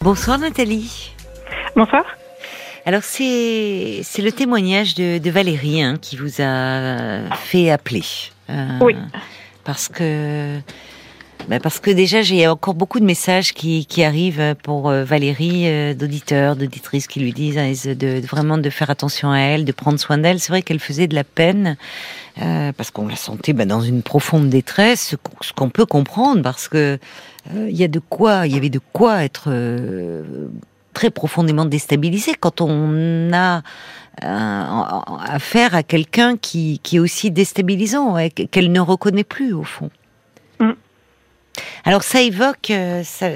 Bonsoir Nathalie. Bonsoir. Alors c'est le témoignage de Valérie qui vous a fait appeler. Oui. Parce que déjà j'ai encore beaucoup de messages qui arrivent pour Valérie, d'auditeurs, d'auditrices qui lui disent vraiment de faire attention à elle, de prendre soin d'elle. C'est vrai qu'elle faisait de la peine parce qu'on la sentait dans une profonde détresse, ce qu'on peut comprendre parce que il y avait de quoi être très profondément déstabilisé quand on a affaire à quelqu'un qui est aussi déstabilisant, qu'elle ne reconnaît plus au fond. Mm. Alors ça évoque, ça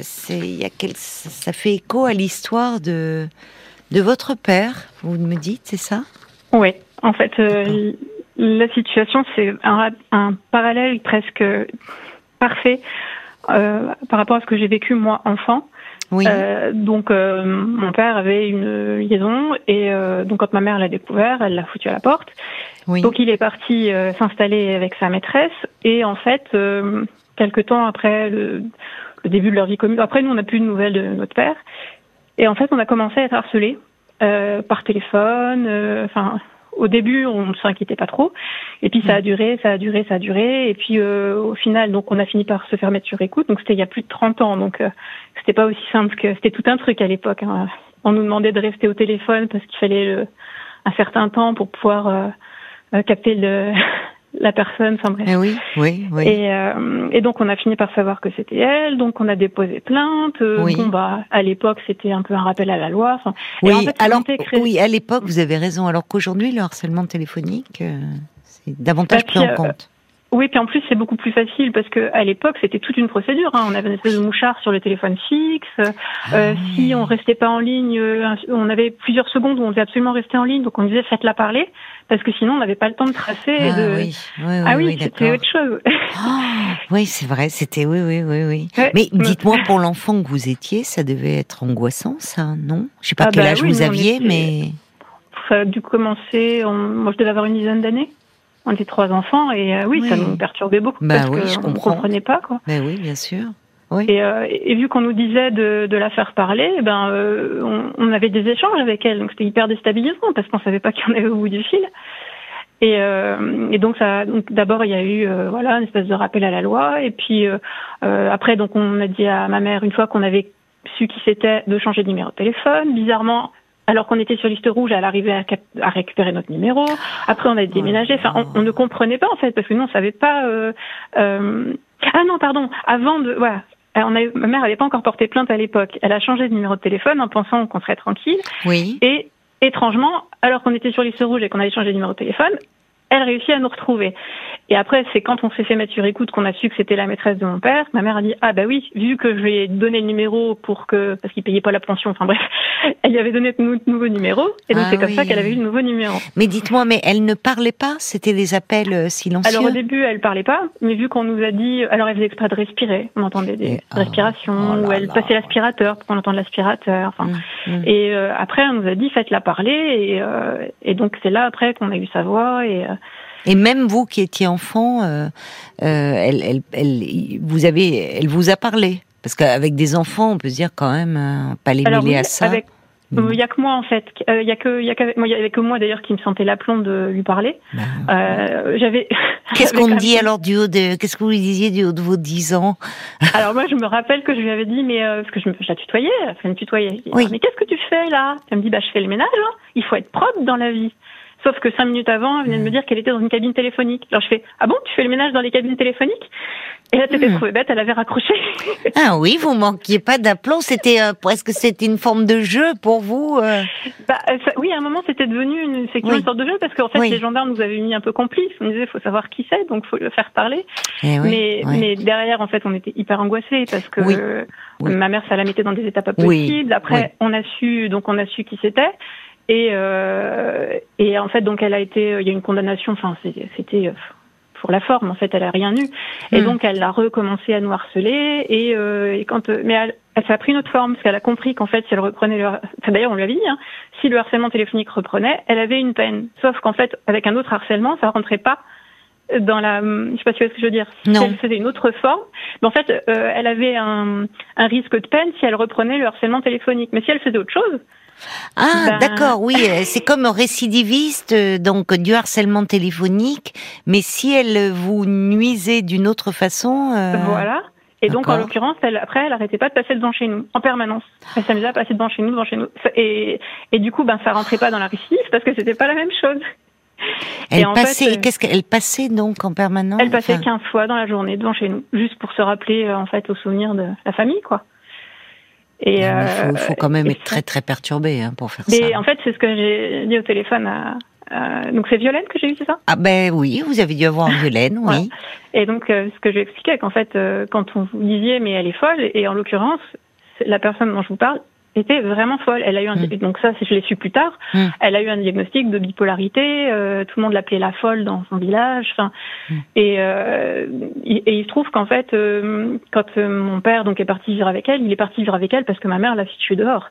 fait écho à l'histoire de votre père, vous me dites, c'est ça? Oui, en fait, la situation, c'est un parallèle presque parfait par rapport à ce que j'ai vécu moi enfant. Oui. Donc mon père avait une liaison et donc quand ma mère l'a découvert, elle l'a foutu à la porte. Oui. Donc il est parti s'installer avec sa maîtresse et en fait quelque temps après le début de leur vie commune, après nous on n'a plus de nouvelles de notre père et en fait on a commencé à être harcelés par téléphone. Au début, on ne s'inquiétait pas trop. Et puis, ça a duré. Et puis, au final, donc, on a fini par se faire mettre sur écoute. Donc, c'était il y a plus de 30 ans. Donc, c'était pas aussi simple que... C'était tout un truc à l'époque. On nous demandait de rester au téléphone parce qu'il fallait un certain temps pour pouvoir capter la personne. Enfin, bref. Oui. Et donc, on a fini par savoir que c'était elle. Donc, on a déposé plainte. Oui. À l'époque, c'était un peu un rappel à la loi. Oui, en fait, oui, à l'époque, vous avez raison. Alors qu'aujourd'hui, le harcèlement téléphonique, c'est davantage pris en compte. Oui, puis en plus, c'est beaucoup plus facile parce que à l'époque, c'était toute une procédure. On avait une espèce de mouchard sur le téléphone fixe. Si on restait pas en ligne, on avait plusieurs secondes où on devait absolument rester en ligne. Donc, on disait faites-la parler parce que sinon, on n'avait pas le temps de tracer. Oui, c'était autre chose. Oui, c'est vrai, c'était oui. Ouais, mais dites-moi, pour l'enfant que vous étiez, ça devait être angoissant, ça, non? Je sais pas quel âge vous aviez, mais... Ça a dû commencer... Moi, je devais avoir une dizaine d'années. On était 3 enfants et ça nous perturbait beaucoup parce qu'on ne comprenait pas, quoi. Ben oui, bien sûr. Oui. Et vu qu'on nous disait de la faire parler, on avait des échanges avec elle, donc c'était hyper déstabilisant parce qu'on savait pas qui en avait au bout du fil. Et donc d'abord il y a eu une espèce de rappel à la loi et puis après donc on a dit à ma mère une fois qu'on avait su qui c'était de changer de numéro de téléphone. Bizarrement, alors qu'on était sur liste rouge, elle arrivait à récupérer notre numéro. Après, on a déménagé. Enfin, on ne comprenait pas, en fait, parce que nous, on savait pas... Ah non, pardon. Avant de... Voilà. Ma mère n'avait pas encore porté plainte à l'époque. Elle a changé de numéro de téléphone en pensant qu'on serait tranquille. Oui. Et étrangement, alors qu'on était sur liste rouge et qu'on avait changé de numéro de téléphone, elle réussit à nous retrouver. Et après, c'est quand on s'est fait mettre sur écoute qu'on a su que c'était la maîtresse de mon père. Ma mère a dit « Ah bah oui, vu que je lui ai donné le numéro parce qu'il payait pas la pension, enfin bref, elle lui avait donné de nouveau numéro. Et donc c'est comme ça qu'elle avait eu le nouveau numéro. » Mais dites-moi, mais elle ne parlait pas? C'était des appels silencieux? Alors au début, elle parlait pas, mais vu qu'on nous a dit... Alors elle faisait exprès de respirer. On entendait des respirations, ou elle passait l'aspirateur pour qu'on entende l'aspirateur. Et après, on nous a dit « Faites-la parler. » Et donc c'est là après qu'on a eu sa voix Et même vous qui étiez enfant, elle vous a parlé, parce qu'avec des enfants, on peut se dire quand même pas les mêler à ça. Il y a que moi en fait, il y avait que moi d'ailleurs qui me sentais l'aplomb de lui parler. Qu'est-ce qu'on dit alors qu'est-ce que vous lui disiez du haut de vos 10 ans? Alors moi je me rappelle que je lui avais dit parce que je la tutoyais, elle me tutoyait. Oui. Mais qu'est-ce que tu fais là? Elle me dit je fais le ménage. Il faut être propre dans la vie. Sauf que 5 minutes avant, elle venait de me dire qu'elle était dans une cabine téléphonique. Alors je fais « Ah bon, tu fais le ménage dans les cabines téléphoniques ?» Et là, t'étais trouvée bête, elle avait raccroché. Ah oui, vous manquiez pas d'aplomb, c'était c'était une forme de jeu pour vous Oui, à un moment, c'était devenu une sorte de jeu, parce qu'en fait, les gendarmes nous avaient mis un peu complices. On disait « Faut savoir qui c'est, donc faut le faire parler. » Mais derrière, en fait, on était hyper angoissés, parce que ma mère, ça la mettait dans des états pas possibles. Après, on a su qui c'était. Et en fait, donc, il y a une condamnation, enfin, c'était pour la forme, en fait, elle a rien eu. Et donc, elle a recommencé à nous harceler, mais ça a pris une autre forme, parce qu'elle a compris qu'en fait, si elle reprenait d'ailleurs, on lui avait dit, si le harcèlement téléphonique reprenait, elle avait une peine. Sauf qu'en fait, avec un autre harcèlement, ça rentrait pas je sais pas si tu vois ce que je veux dire. Si elle faisait une autre forme, mais en fait, elle avait un risque de peine si elle reprenait le harcèlement téléphonique. Mais si elle faisait autre chose. D'accord, oui, c'est comme récidiviste, donc du harcèlement téléphonique, mais si elle vous nuisait d'une autre façon. Voilà. Et donc, en l'occurrence, elle arrêtait pas de passer devant chez nous, en permanence. Elle s'amusait à passer devant chez nous. Et du coup, ça rentrait pas dans la récidive parce que c'était pas la même chose. Qu'est-ce qu'elle passait donc en permanence? Elle passait 15 fois dans la journée devant chez nous, juste pour se rappeler, en fait, au souvenir de la famille, quoi. Et il faut quand même être très très perturbé pour faire ça. Mais en fait, c'est ce que j'ai dit au téléphone donc c'est Violaine que j'ai eu, c'est ça? Ah ben oui, vous avez dû avoir Violaine, oui. Voilà. Et donc ce que j'ai expliqué, qu'en fait, quand on vous disait mais elle est folle, et en l'occurrence, la personne dont je vous parle était vraiment folle. Elle a eu donc ça, je l'ai su plus tard. Elle a eu un diagnostic de bipolarité. Tout le monde l'appelait la folle dans son village. Enfin, et il se trouve qu'en fait, quand mon père donc est parti vivre avec elle, il est parti vivre avec elle parce que ma mère l'a fichu dehors.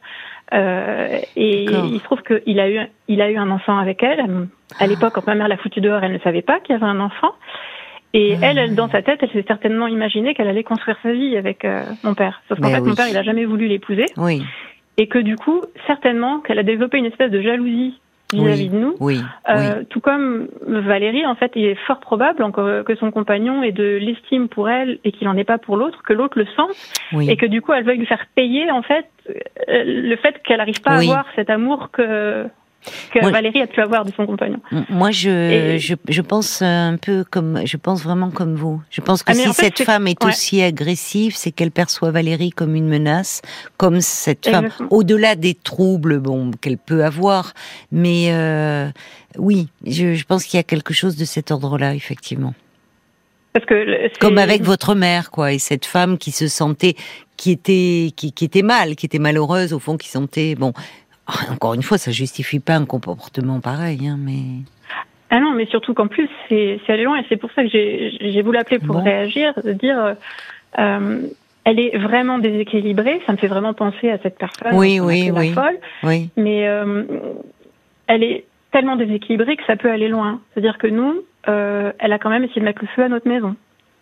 Et il se trouve qu'il a eu un enfant avec elle. À l'époque, quand ma mère l'a foutu dehors, elle ne savait pas qu'il y avait un enfant. Et elle, dans sa tête, elle s'est certainement imaginé qu'elle allait construire sa vie avec mon père. Sauf qu'en fait, mon père, il a jamais voulu l'épouser. Oui. Et que du coup, certainement qu'elle a développé une espèce de jalousie vis-à-vis de nous. Tout comme Valérie, en fait, il est fort probable que son compagnon ait de l'estime pour elle et qu'il n'en ait pas pour l'autre, que l'autre le sente, et que du coup, elle veuille lui faire payer, en fait, le fait qu'elle n'arrive pas à avoir cet amour que Valérie a pu avoir de son compagnon. Moi, je pense je pense vraiment comme vous. Je pense que si cette femme est aussi agressive, c'est qu'elle perçoit Valérie comme une menace, comme cette femme, au-delà des troubles, qu'elle peut avoir. Mais oui, je pense qu'il y a quelque chose de cet ordre-là, effectivement. Parce que comme avec votre mère, quoi, et cette femme qui se sentait, qui était malheureuse au fond, qui sentait Encore une fois, ça justifie pas un comportement pareil, mais. Ah non, mais surtout qu'en plus, c'est allé loin, et c'est pour ça que j'ai voulu l'appeler pour réagir, de dire, elle est vraiment déséquilibrée. Ça me fait vraiment penser à cette personne. La folle. Oui. Mais elle est tellement déséquilibrée que ça peut aller loin. C'est-à-dire que nous, elle a quand même essayé de mettre le feu à notre maison.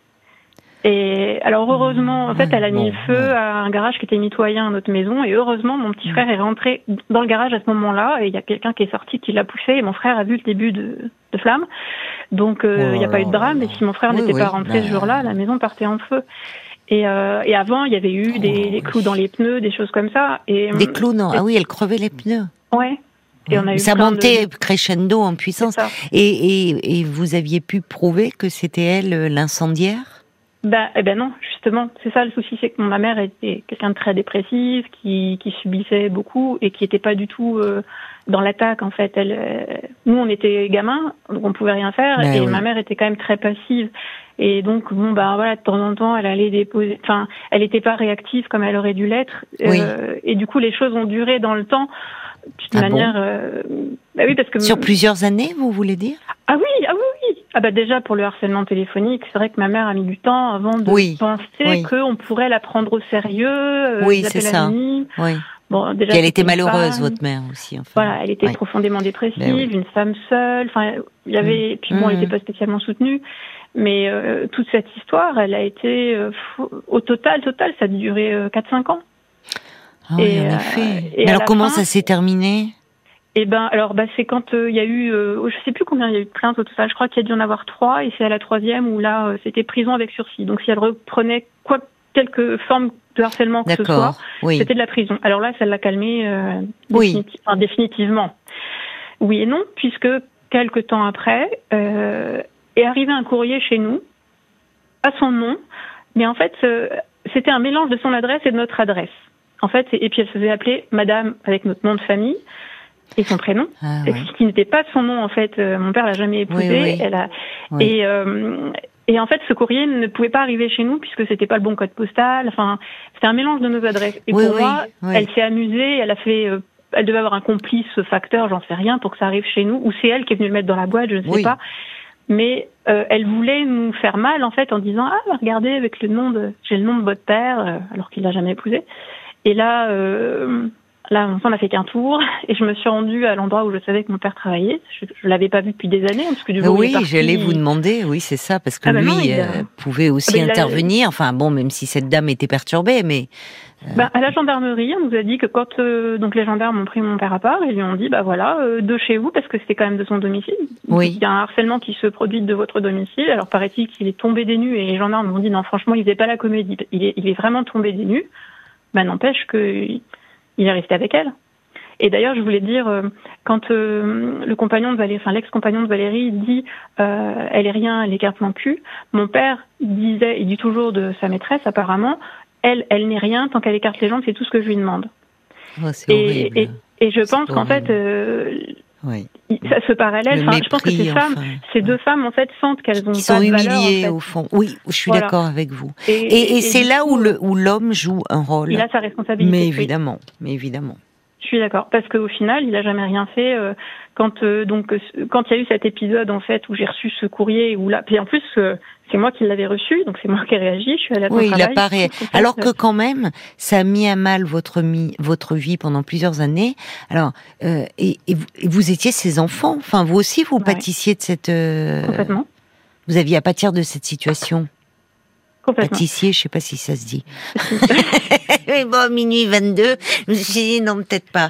Et alors heureusement, en fait, elle a mis le feu à un garage qui était mitoyen à notre maison, et heureusement, mon petit frère est rentré dans le garage à ce moment-là, et il y a quelqu'un qui est sorti, qui l'a poussé, et mon frère a vu le début de flamme. Donc il n'y a pas eu de drame, et si mon frère n'était pas rentré ce jour-là, la maison partait en feu. Et avant, il y avait eu des clous dans les pneus, des choses comme ça. Et des clous, non? Ah oui, elle crevait les pneus. Ouais. Et on a eu ça montait crescendo en puissance. Et vous aviez pu prouver que c'était elle l'incendiaire? Eh ben non, justement, c'est ça le souci, c'est que ma mère était quelqu'un de très dépressif, qui subissait beaucoup et qui était pas du tout dans l'attaque, en fait. Nous, on était gamins, donc on pouvait rien faire, ma mère était quand même très passive. Et donc, de temps en temps, elle allait déposer, elle était pas réactive comme elle aurait dû l'être. Et du coup, les choses ont duré dans le temps, d'une manière, oui, parce que. Sur plusieurs années, vous voulez dire? Ah oui. Déjà, pour le harcèlement téléphonique, c'est vrai que ma mère a mis du temps avant de penser qu'on pourrait la prendre au sérieux. C'est ça. Déjà, elle était malheureuse, votre mère aussi. Enfin. Voilà, elle était profondément dépressive, une femme seule. Il y avait, puis elle n'était pas spécialement soutenue. Mais toute cette histoire, elle a été, au total, ça a duré 4-5 ans. Ah oui, en effet. Mais alors, comment ça s'est terminé? C'est quand il y a eu, je sais plus combien il y a eu de plaintes au total. Je crois qu'il y a dû en avoir 3, et c'est à la 3e où là, c'était prison avec sursis. Donc si elle reprenait quelque forme de harcèlement que ce soit, c'était de la prison. Alors là, ça l'a calmée définitivement. Oui et non, puisque quelque temps après, est arrivé un courrier chez nous à son nom, mais en fait, c'était un mélange de son adresse et de notre adresse. En fait, et puis elle se faisait appeler Madame avec notre nom de famille. Et son prénom, ce qui n'était pas son nom en fait. Mon père l'a jamais épousé. Et en fait, ce courrier ne pouvait pas arriver chez nous puisque c'était pas le bon code postal. Enfin, c'était un mélange de nos adresses. Et pour moi, elle s'est amusée. Elle a fait. Elle devait avoir un complice facteur, j'en sais rien, pour que ça arrive chez nous. Ou c'est elle qui est venue le mettre dans la boîte, je ne sais pas. Mais elle voulait nous faire mal en fait en disant regardez avec j'ai le nom de votre père alors qu'il l'a jamais épousé. Et là. là, on n'a fait qu'un tour et je me suis rendue à l'endroit où je savais que mon père travaillait. Je l'avais pas vu depuis des années, parce que du jour où il est parti, j'allais vous demander, oui, c'est ça, parce que lui non, pouvait aussi intervenir. Enfin bon, même si cette dame était perturbée, mais à la gendarmerie, on nous a dit que quand donc les gendarmes ont pris mon père à part et lui ont dit de chez vous, parce que c'était quand même de son domicile. Oui. Il y a un harcèlement qui se produit de votre domicile. Alors paraît-il qu'il est tombé des nues et les gendarmes m'ont dit non, franchement, il faisait pas la comédie. Il est vraiment tombé des nues. N'empêche que il est resté avec elle. Et d'ailleurs, je voulais dire, quand le compagnon de Valérie, enfin l'ex-compagnon de Valérie dit elle est rien, elle est carte-plan cul, mon père il dit toujours de sa maîtresse apparemment, elle n'est rien, tant qu'elle écarte les jambes, c'est tout ce que je lui demande. C'est horrible. Et je pense qu'en fait, ça se parallèle. Je pense que ces deux femmes en fait sentent qu'elles ont sont humiliées au fond. Oui, je suis d'accord avec vous. Et c'est là où l'homme joue un rôle. Il a sa responsabilité. Mais évidemment. Je suis d'accord, parce qu'au final, il a jamais rien fait. Quand il y a eu cet épisode en fait où j'ai reçu ce courrier, puis en plus c'est moi qui l'avais reçu, donc c'est moi qui ai réagi. Je suis allée à son travail. Il a pas réagi. Alors que quand même, ça a mis à mal votre vie pendant plusieurs années. Alors et vous étiez ses enfants. Enfin, vous aussi, vous pâtissiez de cette. Complètement. Vous aviez à pâtir de cette situation. Complètement. Pâtissier, je sais pas si ça se dit. Mais bon, minuit 22, je me suis dit non, peut-être pas.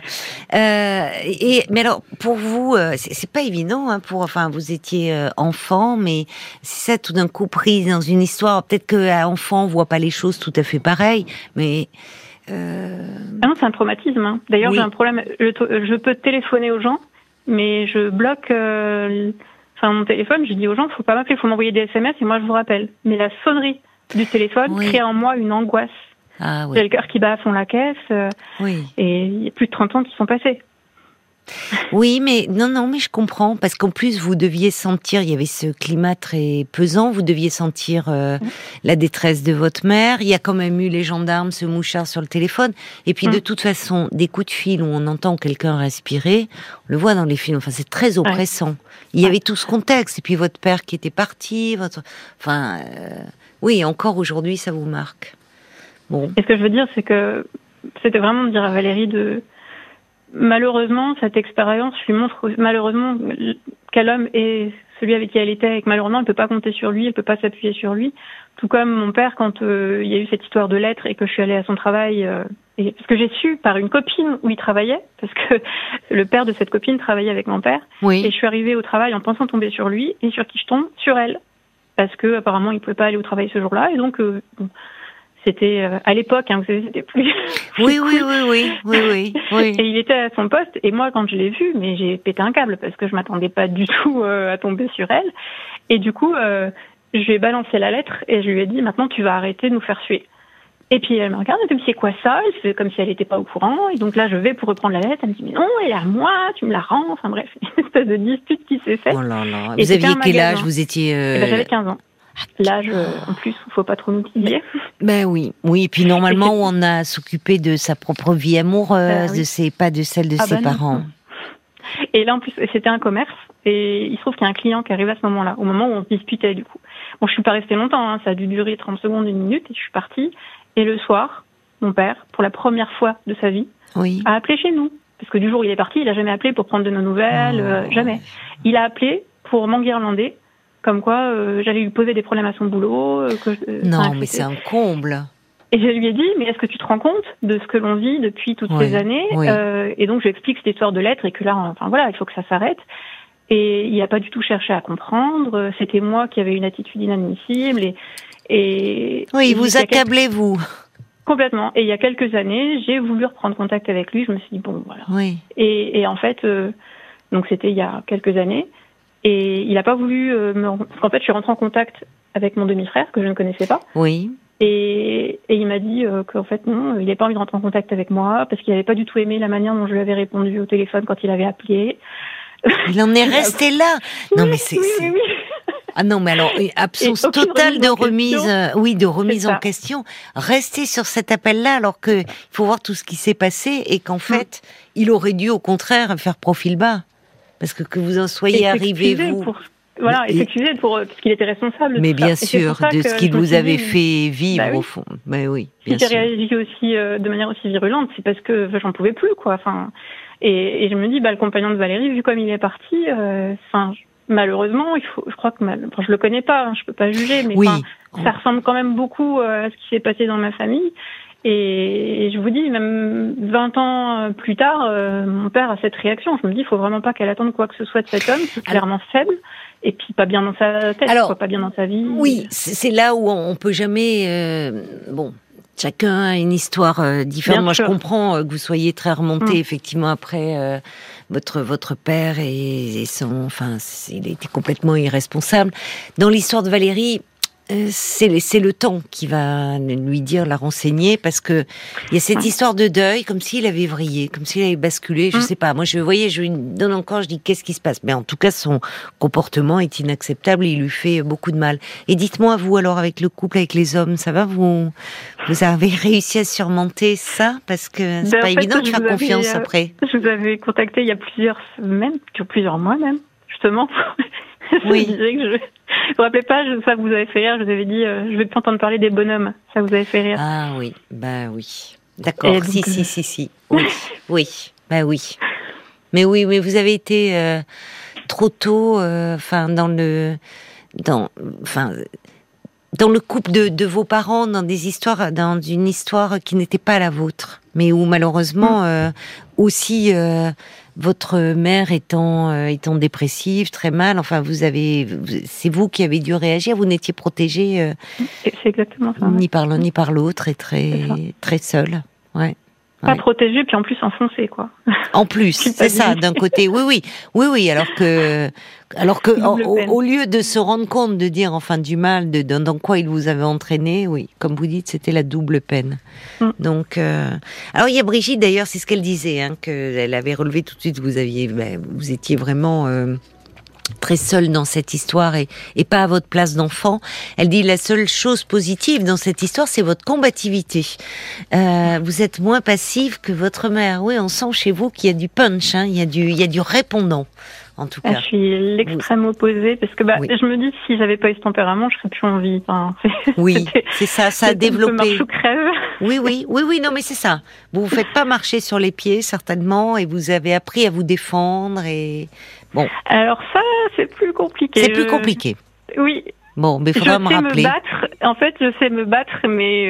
Mais alors, pour vous, c'est pas évident, vous étiez enfant, mais c'est ça, tout d'un coup prise dans une histoire. Peut-être qu'à enfant, on voit pas les choses tout à fait pareilles, mais. Non, c'est un traumatisme. D'ailleurs, j'ai un problème. Je peux téléphoner aux gens, mais je bloque. Mon téléphone. Je dis aux gens, faut pas m'appeler, faut m'envoyer des SMS et moi je vous rappelle. Mais la sonnerie du téléphone crée en moi une angoisse. J'ai le cœur qui bat à fond la caisse. Et il y a plus de 30 ans qui sont passés. Oui, mais mais je comprends, parce qu'en plus vous deviez sentir, il y avait ce climat très pesant, vous deviez sentir la détresse de votre mère. Il y a quand même eu les gendarmes, ce mouchard sur le téléphone, et puis de toute façon, des coups de fil où on entend quelqu'un respirer, on le voit dans les films. Enfin, c'est très oppressant. Il y avait tout ce contexte, et puis votre père qui était parti, oui, encore aujourd'hui, ça vous marque. Bon. Et ce que je veux dire, c'est que c'était vraiment de dire à Valérie malheureusement, cette expérience lui montre malheureusement quel homme est celui avec qui elle était, et que malheureusement, elle peut pas compter sur lui, elle peut pas s'appuyer sur lui. Tout comme mon père, quand il y a eu cette histoire de lettres et que je suis allée à son travail, parce que j'ai su par une copine où il travaillait, parce que le père de cette copine travaillait avec mon père, et je suis arrivée au travail en pensant tomber sur lui, et sur qui je tombe? Sur elle. Parce que apparemment, il pouvait pas aller au travail ce jour-là, et donc c'était à l'époque, vous savez, c'était plus. Oui. Et il était à son poste, et moi, quand je l'ai vu, mais j'ai pété un câble parce que je m'attendais pas du tout à tomber sur elle. Et du coup, je lui ai balancé la lettre et je lui ai dit, maintenant, tu vas arrêter de nous faire suer. Et puis elle me regarde, elle me dit, c'est quoi ça? Elle fait comme si elle n'était pas au courant. Et donc là, je vais pour reprendre la lettre. Elle me dit, mais non, elle est à moi, tu me la rends. Enfin bref, une espèce de dispute qui s'est faite. Oh là là. Vous aviez quel âge? Vous étiez. J'avais 15 ans. L'âge, en plus, faut pas trop nous titiller. Ben oui. Et puis normalement, on a à s'occuper de sa propre vie amoureuse, pas de celle de ses parents. Non. Et là, en plus, c'était un commerce. Et il se trouve qu'il y a un client qui arrive à ce moment-là, au moment où on se disputait, du coup. Bon, je suis pas restée longtemps, ça a dû durer 30 secondes, 1 minute, et je suis partie. Et le soir, mon père, pour la première fois de sa vie, a appelé chez nous. Parce que du jour où il est parti, il a jamais appelé pour prendre de nos nouvelles, jamais. Il a appelé pour m'enguirlander, comme quoi j'allais lui poser des problèmes à son boulot. Mais c'est un comble. Et je lui ai dit, mais est-ce que tu te rends compte de ce que l'on vit depuis toutes ces années? Et donc je lui explique cette histoire de lettres et que là, il faut que ça s'arrête. Et il n'a pas du tout cherché à comprendre. C'était moi qui avais une attitude inadmissible. Oui, vous accablez, vous. Complètement. Et il y a quelques années, j'ai voulu reprendre contact avec lui. Je me suis dit, bon, voilà. Oui. Et en fait, donc c'était il y a quelques années. Et il n'a pas voulu parce qu'en fait, je suis rentrée en contact avec mon demi-frère, que je ne connaissais pas. Oui. Et il m'a dit qu'en fait, non, il n'avait pas envie de rentrer en contact avec moi, parce qu'il n'avait pas du tout aimé la manière dont je lui avais répondu au téléphone quand il avait appelé. Il en est resté là. Non, mais c'est... Oui. Ah non, mais alors, absence totale de remise en question. Rester sur cet appel-là, alors que il faut voir tout ce qui s'est passé et qu'en fait, il aurait dû, au contraire, faire profil bas. Parce que vous en soyez arrivé, vous. voilà, et s'excuser parce qu'il était responsable de mais tout ça. bien sûr, de ce qu'il vous avait fait vivre, oui. au fond. Mais oui, bien sûr. Si j'ai réagi aussi de manière aussi virulente, c'est parce que j'en pouvais plus, quoi. Enfin, et je me dis, le compagnon de Valérie, vu comme il est parti, malheureusement, je crois que je le connais pas, hein, je peux pas juger, mais ça ressemble quand même beaucoup à ce qui s'est passé dans ma famille. Et je vous dis, même 20 ans plus tard, mon père a cette réaction. Je me dis, il faut vraiment pas qu'elle attende quoi que ce soit de cet homme, qui est clairement faible, et puis pas bien dans sa tête, pas bien dans sa vie. Oui, c'est là où on peut jamais... chacun a une histoire différente. Moi, je comprends que vous soyez très remonté, effectivement, après votre père et son... Enfin, il était complètement irresponsable. Dans l'histoire de Valérie... c'est le temps qui va lui dire, la renseigner, parce que il y a cette histoire de deuil, comme s'il avait vrillé, comme s'il avait basculé, je sais pas. Moi, je lui donne encore, je dis qu'est-ce qui se passe. Mais en tout cas, son comportement est inacceptable, il lui fait beaucoup de mal. Et dites-moi, vous alors, avec le couple, avec les hommes, ça va, vous avez réussi à surmonter ça, parce que c'est pas évident de faire confiance après. Je vous avais contacté il y a plusieurs semaines, plusieurs mois même, justement. Oui. Je disais que vous vous rappelez pas, ça vous avait fait rire, je vous avais dit, je vais pas entendre parler des bonhommes, ça vous avait fait rire. Ah oui, oui. D'accord, donc... si. Oui, oui. Mais oui, mais vous avez été trop tôt, dans le couple de vos parents, dans une histoire qui n'était pas la vôtre, mais où malheureusement aussi votre mère étant dépressive, très mal. Enfin, c'est vous qui avez dû réagir. Vous n'étiez protégée. C'est exactement ça. Ni par l'un ni par l'autre, et très seule. Ouais. Pas protégée, puis en plus enfoncée, quoi. En plus, c'est ça, d'un côté. Oui. Alors que, au lieu de se rendre compte, de dire, du mal, dans quoi il vous avait entraîné, oui, comme vous dites, c'était la double peine. Donc, alors il y a Brigitte, d'ailleurs, c'est ce qu'elle disait, qu'elle avait relevé tout de suite, vous étiez vraiment, très seule dans cette histoire et pas à votre place d'enfant. Elle dit la seule chose positive dans cette histoire, c'est votre combativité. Vous êtes moins passive que votre mère. Oui, on sent chez vous qu'il y a du punch, il y a du répondant. En tout cas. Je suis l'extrême opposé, parce que je me dis, si j'avais pas eu ce tempérament, je serais plus en vie. Oui, c'est ça a développé. Marche ou crève. Oui, non, mais c'est ça. Vous faites pas marcher sur les pieds, certainement, et vous avez appris à vous défendre, et bon. Alors ça, c'est plus compliqué. C'est plus compliqué. Oui. Bon, mais il faudra me rappeler. Je sais me battre, mais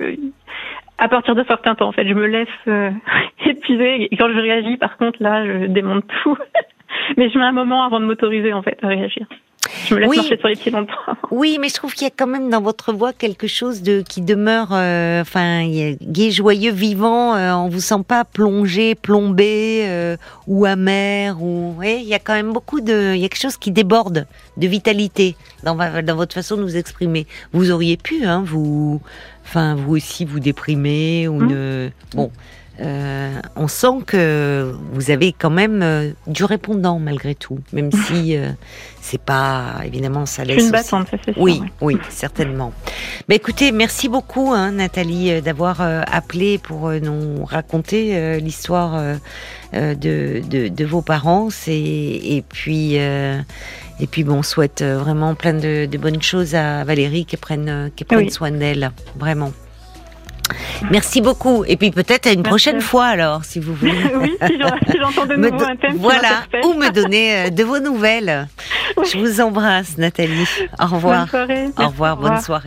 à partir de certains temps, je me laisse épuiser, et quand je réagis, par contre, là, je démonte tout. Mais je mets un moment avant de m'autoriser, à réagir. Je me laisse marcher sur les pieds longtemps. Oui, mais je trouve qu'il y a quand même dans votre voix quelque chose qui demeure, gai, joyeux, vivant. On vous sent pas plongé, plombé ou amer. Il y a quand même il y a quelque chose qui déborde de vitalité dans votre façon de vous exprimer. Vous auriez pu, vous aussi vous déprimer ou bon. On sent que vous avez quand même du répondant malgré tout, même si c'est pas, évidemment, ça laisse. Je suis une battante, ça c'est sûr. Oui, certainement. Mais écoutez, merci beaucoup, Nathalie, d'avoir appelé pour nous raconter l'histoire de vos parents. Et puis on souhaite vraiment plein de bonnes choses à Valérie, qui prenne soin d'elle, vraiment. Merci beaucoup. Et puis peut-être à une prochaine fois alors, si vous voulez. Oui, si j'entends de nouveau un thème. Voilà, ou me donner de vos nouvelles. Oui. Je vous embrasse, Nathalie. Au revoir. Bonne soirée. Au revoir, bonne soirée.